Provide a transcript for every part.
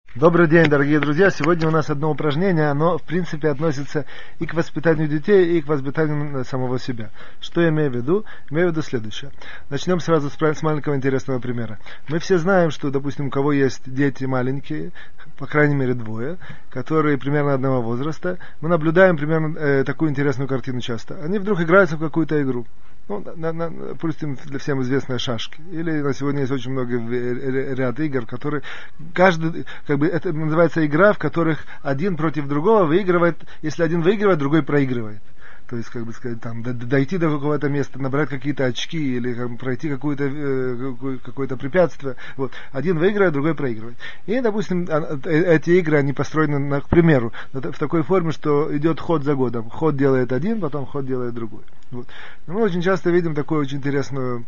Добрый день, дорогие друзья. Сегодня у нас одно упражнение, оно в принципе относится и к воспитанию детей, и к воспитанию самого себя. Что я имею в виду? Имею в виду следующее. Начнем сразу с маленького интересного примера. Мы все знаем, что, допустим, у кого есть дети маленькие, по крайней мере двое, которые примерно одного возраста, мы наблюдаем примерно такую интересную картину часто. Они вдруг играются в какую-то игру. Допустим, для всем известные шашки. Или на сегодня есть очень много ряд игр, которые каждый, это называется игра, в которых один против другого выигрывает. Если один выигрывает, другой проигрывает. То есть, дойти до какого-то места, набрать какие-то очки или пройти какое-то препятствие. Вот. Один выигрывает, другой проигрывает. И, допустим, эти игры, они построены, к примеру, в такой форме, что идет ход за годом. Ход делает один, потом ход делает другой. Вот. Мы очень часто видим такой очень интересный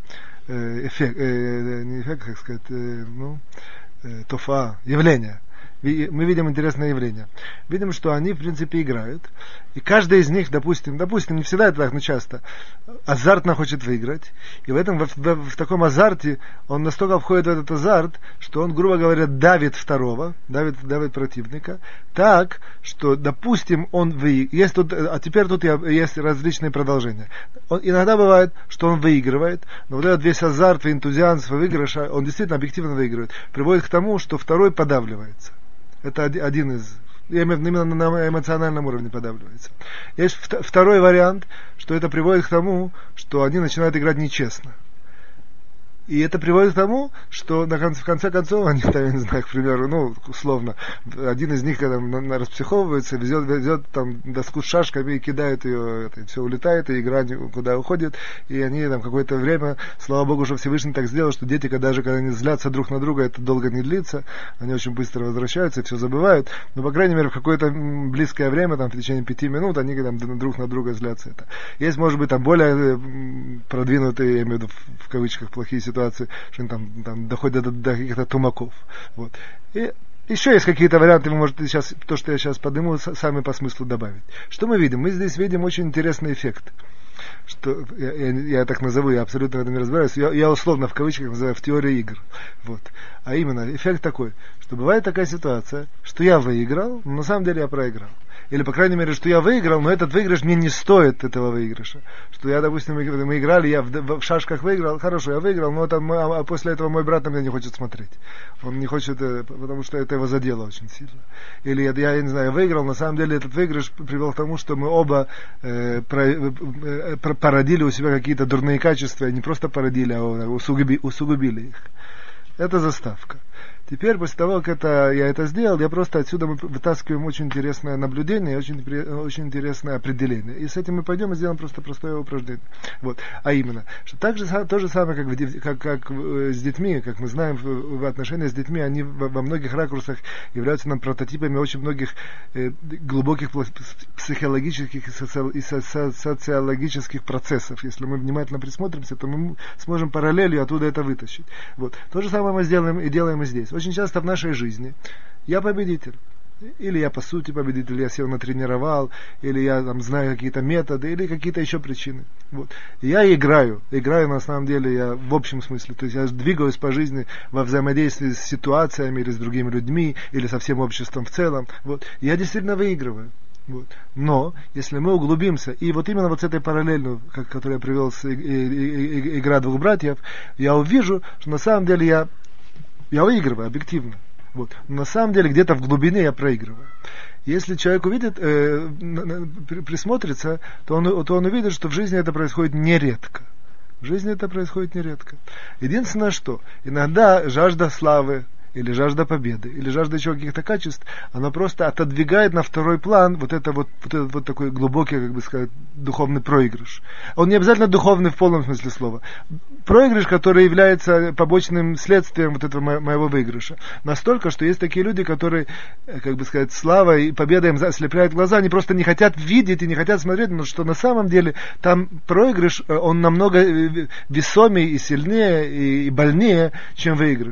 явление. Мы видим интересное явление. Видим, что они, в принципе, играют. И каждый из них, допустим, не всегда это так, но часто, азартно хочет выиграть. И в таком азарте, он настолько входит в этот азарт, что он, грубо говоря, давит второго, давит противника, так, что, допустим, он выигрывает. А теперь тут есть различные продолжения. Иногда бывает, что он выигрывает, но вот этот весь азарт, энтузиазм выигрыша, он действительно объективно выигрывает, приводит к тому, что второй подавливается. Это один из... Именно на эмоциональном уровне подавливается. Есть второй вариант, что это приводит к тому, что они начинают играть нечестно. И это приводит к тому, что в конце концов, они, я не знаю, к примеру, условно, один из них, когда распсиховывается, везет там доску с шашками и кидает ее, все улетает, и игра куда уходит, и они там какое-то время, слава богу, что Всевышний так сделал, что дети, когда они злятся друг на друга, это долго не длится, они очень быстро возвращаются, все забывают, но, по крайней мере, в какое-то близкое время, там, в течение 5 минут, они там друг на друга злятся. Есть, может быть, там более продвинутые, я имею в виду, в кавычках, плохие ситуации, что они там доходят до каких-то тумаков. Вот. И еще есть какие-то варианты, вы можете сейчас, то, что я сейчас подниму, сами по смыслу добавить. Что мы видим? Мы здесь видим очень интересный эффект. Что, я так назову, я абсолютно в этом не разбираюсь, я условно в кавычках называю в теории игр. Вот. А именно, эффект такой, что бывает такая ситуация, что я выиграл, но на самом деле я проиграл. Или, по крайней мере, что я выиграл, но этот выигрыш мне не стоит этого выигрыша. Что я, допустим, мы играли, я в шашках выиграл, хорошо, я выиграл, но а после этого мой брат на меня не хочет смотреть. Он не хочет, потому что это его задело очень сильно. Или я не знаю, я выиграл, на самом деле этот выигрыш привел к тому, что мы оба породили у себя какие-то дурные качества, и не просто породили, а усугубили их. Это заставка. Теперь, после того, как я это сделал, я просто отсюда мы вытаскиваем очень интересное наблюдение, очень интересное определение. И с этим мы пойдем и сделаем просто простое упражнение. Вот. А именно, что то же самое, как с детьми, как мы знаем, в отношениях с детьми, они во многих ракурсах являются нам прототипами очень многих глубоких психологических и социологических процессов. Если мы внимательно присмотримся, то мы сможем параллелью оттуда это вытащить. Вот. То же самое мы сделаем и здесь. Очень часто в нашей жизни я победитель. Или я по сути победитель, я сел натренировал, или я там знаю какие-то методы, или какие-то еще причины. Вот. Я играю на самом деле, я в общем смысле, то есть я двигаюсь по жизни во взаимодействии с ситуациями, или с другими людьми, или со всем обществом в целом. Вот. Я действительно выигрываю. Вот. Но, если мы углубимся, и вот именно вот с этой параллелью, которую я привел с игра двух братьев, я увижу, что на самом деле я выигрываю объективно. Вот. Но на самом деле где-то в глубине я проигрываю. Если человек увидит, присмотрится, то он увидит, что в жизни это происходит нередко. В жизни это происходит нередко. Единственное, что иногда жажда славы, или жажда победы, или жажда еще каких-то качеств, она просто отодвигает на второй план вот этот такой глубокий, как бы сказать, духовный проигрыш. Он не обязательно духовный в полном смысле слова. Проигрыш, который является побочным следствием вот этого моего выигрыша. Настолько, что есть такие люди, которые, как бы сказать, слава и победа им ослепляют глаза, они просто не хотят видеть и не хотят смотреть, но что на самом деле там проигрыш, он намного весомее и сильнее и больнее, чем выигрыш.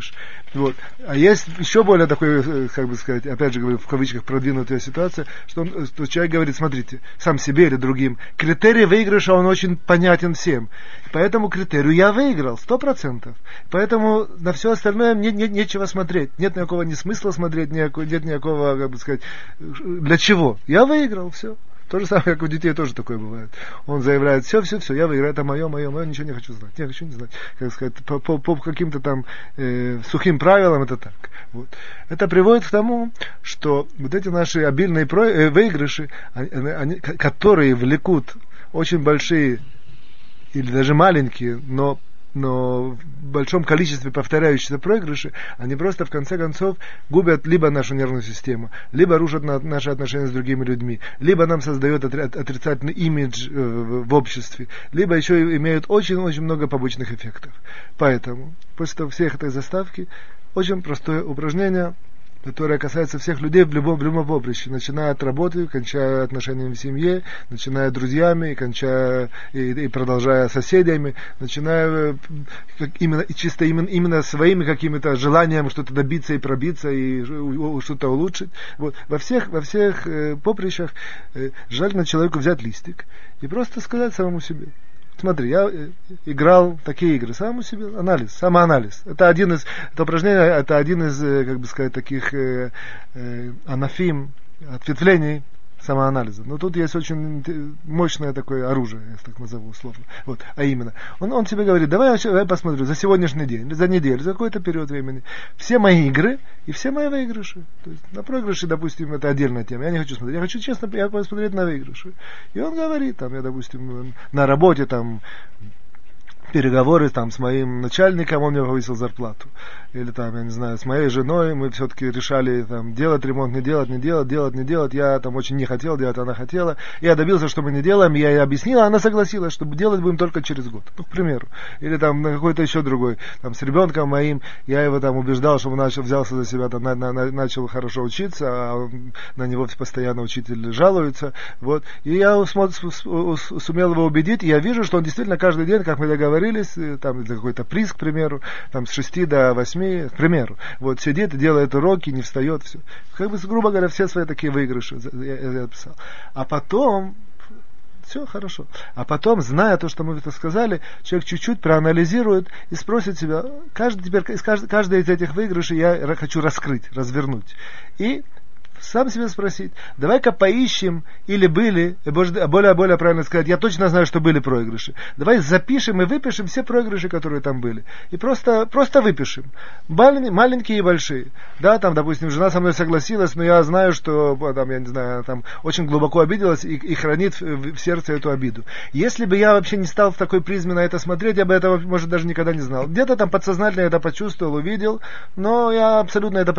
Вот. А есть еще более такой, как бы сказать, опять же говорю, в кавычках, продвинутая ситуация, что человек говорит, смотрите, сам себе или другим, критерий выигрыша, он очень понятен всем. По этому критерию я выиграл, 100%. Поэтому на все остальное мне нечего смотреть. Нет никакого ни смысла смотреть, нет никакого, как бы сказать, для чего. Я выиграл, все. То же самое, как у детей тоже такое бывает. Он заявляет, все, я выиграю, это мое, ничего не хочу знать. Не хочу не знать. Как сказать, по каким-то там сухим правилам это так. Вот. Это приводит к тому, что вот эти наши обильные выигрыши, которые влекут очень большие или даже маленькие, но в большом количестве повторяющиеся проигрыши, они просто в конце концов губят либо нашу нервную систему, либо рушат наши отношения с другими людьми, либо нам создают отрицательный имидж в обществе, либо еще имеют очень-очень много побочных эффектов. Поэтому после всех этой заставки очень простое упражнение, которая касается всех людей в любом поприще, начиная от работы, кончая отношениями в семье, начиная друзьями, кончая и продолжая соседями, начиная именно своими какими-то желаниями что-то добиться и пробиться и что-то улучшить. Вот. Во всех поприщах желательно человеку взять листик и просто сказать самому себе: смотри, я играл такие игры, самому себе самоанализ. Это упражнение, это один из, как бы сказать, таких анафим, ответвлений самоанализа. Но тут есть очень мощное такое оружие, я так назову условно. Вот, а именно, он тебе говорит: давай я посмотрю за сегодняшний день, или за неделю, за какой-то период времени, все мои игры и все мои выигрыши. То есть на проигрыши, допустим, это отдельная тема. Я не хочу смотреть. Я хочу честно посмотреть на выигрыши. И он говорит, там, я, допустим, на работе там переговоры там с моим начальником, он мне повысил зарплату. Или там, я не знаю, с моей женой мы все-таки решали там делать ремонт, не делать. Я там очень не хотел делать, она хотела. Я добился, что мы не делаем, я ей объяснила, она согласилась, что делать будем только через год. Ну, к примеру. Или там на какой-то еще другой. Там с ребенком моим, я его там убеждал, чтобы он взялся за себя, там, начал хорошо учиться, а на него постоянно учитель жалуется. Вот. И я сумел его убедить, и я вижу, что он действительно каждый день, как мы договорились, там за какой-то приз, к примеру, там с 6 до 8, к примеру, вот сидит и делает уроки, не встает, все. Как бы, грубо говоря, все свои такие выигрыши я писал. А потом все хорошо. А потом, зная то, что мы это сказали, человек чуть-чуть проанализирует и спросит себя: каждый из этих выигрышей я хочу раскрыть, развернуть. И сам себе спросить: давай-ка поищем, или были, более правильно сказать, я точно знаю, что были проигрыши. Давай запишем и выпишем все проигрыши, которые там были. И просто выпишем. Маленькие и большие. Да, там, допустим, жена со мной согласилась, но я знаю, что, там, я не знаю, там очень глубоко обиделась и хранит в сердце эту обиду. Если бы я вообще не стал в такой призме на это смотреть, я бы этого, может, даже никогда не знал. Где-то там подсознательно это почувствовал, увидел, но я абсолютно это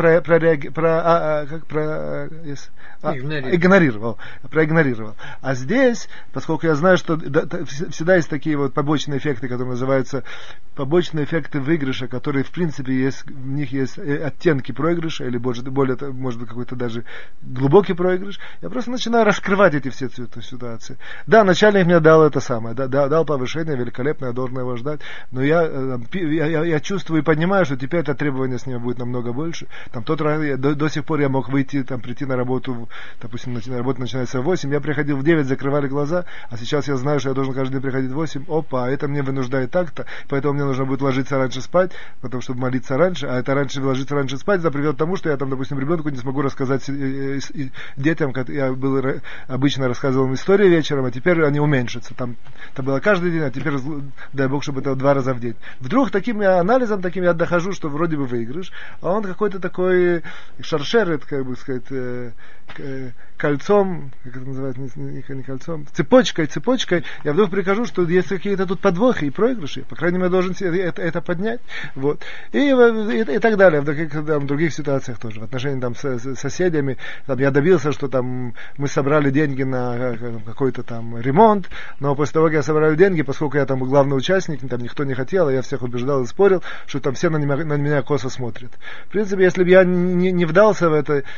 проигнорировал. А здесь, поскольку я знаю, что всегда есть такие вот побочные эффекты, которые называются побочные эффекты выигрыша, которые в принципе в них есть оттенки проигрыша, или может быть какой-то даже глубокий проигрыш, я просто начинаю раскрывать эти все ситуации. Да, начальник мне дал это самое, дал повышение, великолепно, я должен его ждать, но я чувствую и понимаю, что теперь это требование с ним будет намного больше. Там тот раз до сих пор я мог прийти на работу, допустим, работа начинается в 8, я приходил в 9, закрывали глаза, а сейчас я знаю, что я должен каждый день приходить в 8, это мне вынуждает так-то, поэтому мне нужно будет ложиться раньше спать, потому чтобы молиться раньше, а это ложиться раньше спать, это приведет к тому, что я там, допустим, ребенку не смогу рассказать детям, как я обычно рассказывал истории вечером, а теперь они уменьшатся. Там это было каждый день, а теперь, дай Бог, чтобы это 2 раза в день. Вдруг таким анализом я дохожу, что вроде бы выигрыш, а он какой-то такой шаршер, как бы сказать, кольцом, как это называется, не кольцом, цепочкой, я вдруг прихожу, что есть какие-то тут подвохи и проигрыши, по крайней мере, должен это поднять, вот, и так далее, в других ситуациях тоже, в отношении там с соседями, там, я добился, что там мы собрали деньги на какой-то там ремонт, но после того, как я собрал деньги, поскольку я там главный участник, там никто не хотел, я всех убеждал и спорил, что там все на меня косо смотрят. В принципе, если бы я не вдался в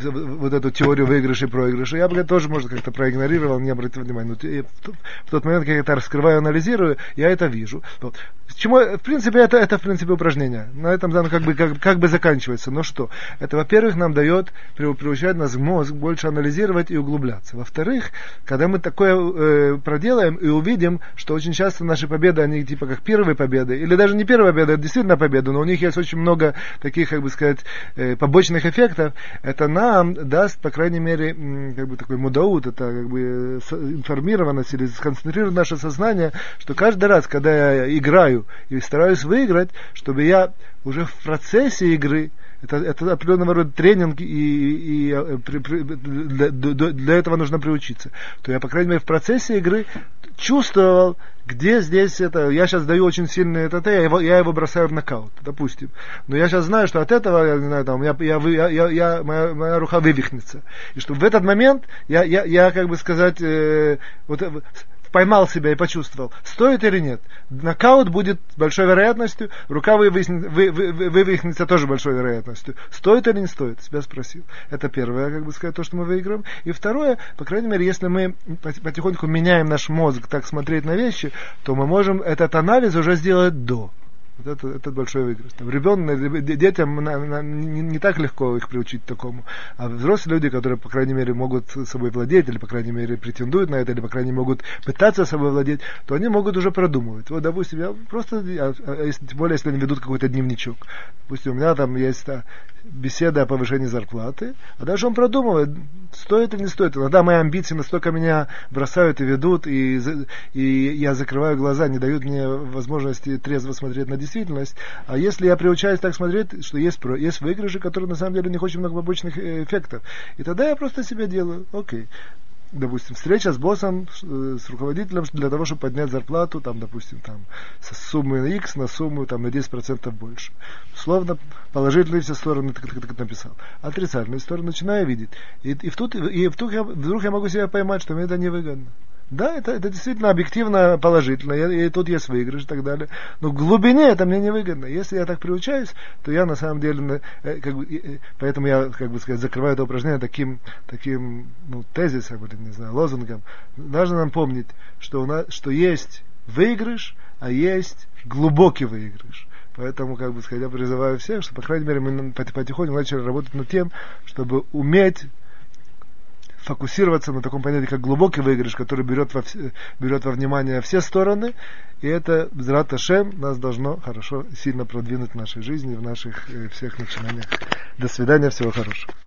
вот эту теорию выигрыша и проигрыша. Я бы тоже, может, как-то проигнорировал, не обратил внимания. Но в тот момент, как я это раскрываю, анализирую, я это вижу. Вот. В принципе, это в принципе упражнение. На этом как бы заканчивается. Но что? Это, во-первых, нам дает, приучает нас мозг больше анализировать и углубляться. Во-вторых, когда мы такое проделаем и увидим, что очень часто наши победы, они типа как первые победы, или даже не первая победа, это действительно победа, но у них есть очень много таких, как бы сказать, побочных эффектов, это нам даст, по крайней мере, как бы такой мудаут, это как бы информированность или сконцентрировать наше сознание, что каждый раз, когда я играю и стараюсь выиграть, чтобы я уже в процессе игры, это определенного рода тренинг, и для этого нужно приучиться, то я, по крайней мере, в процессе игры чувствовал, где здесь это, я сейчас даю очень сильный я его бросаю в нокаут, допустим. Но я сейчас знаю, что от этого, я не знаю, там, моя рука вывихнется. И что в этот момент я как бы сказать, поймал себя и почувствовал, стоит или нет. Нокаут будет с большой вероятностью, рука вывихнется тоже большой вероятностью. Стоит или не стоит? Себя спросил. Это первое, как бы сказать, то, что мы выиграем. И второе, по крайней мере, если мы потихоньку меняем наш мозг так смотреть на вещи, то мы можем этот анализ уже сделать до. Вот это большой выигрыш. Детям не так легко их приучить к такому. А взрослые люди, которые, по крайней мере, могут собой владеть, или, по крайней мере, претендуют на это, или, по крайней мере, могут пытаться собой владеть, то они могут уже продумывать. Вот, допустим, тем более, если они ведут какой-то дневничок. Допустим, у меня там есть беседа о повышении зарплаты, а дальше он продумывает, стоит или не стоит. Иногда мои амбиции настолько меня бросают и ведут, и я закрываю глаза, не дают мне возможности трезво смотреть на действительность. А если я приучаюсь так смотреть, что есть выигрыши, которые на самом деле у них очень много побочных эффектов, и тогда я просто себе делаю, окей. Допустим, встреча с боссом, с руководителем для того, чтобы поднять зарплату, там, допустим, там, со суммы X на сумму там, на 10% больше. Словно положительные все стороны ты написал. Отрицательные стороны начинаю видеть. И вдруг я могу себя поймать, что мне это невыгодно. Да, это действительно объективно положительно, и тут есть выигрыш и так далее. Но в глубине это мне невыгодно. Если я так приучаюсь, то я на самом деле, поэтому я, как бы сказать, закрываю это упражнение таким тезисом, или, не знаю, лозунгом. Нужно нам помнить, что есть выигрыш, а есть глубокий выигрыш. Поэтому, как бы сказать, я призываю всех, что, по крайней мере, мы потихоньку начали работать над тем, чтобы уметь фокусироваться на таком понятии, как глубокий выигрыш, который берет во внимание все стороны, и это, б'эзрат Ашем, нас должно хорошо, сильно продвинуть в нашей жизни, в наших всех начинаниях. До свидания, всего хорошего.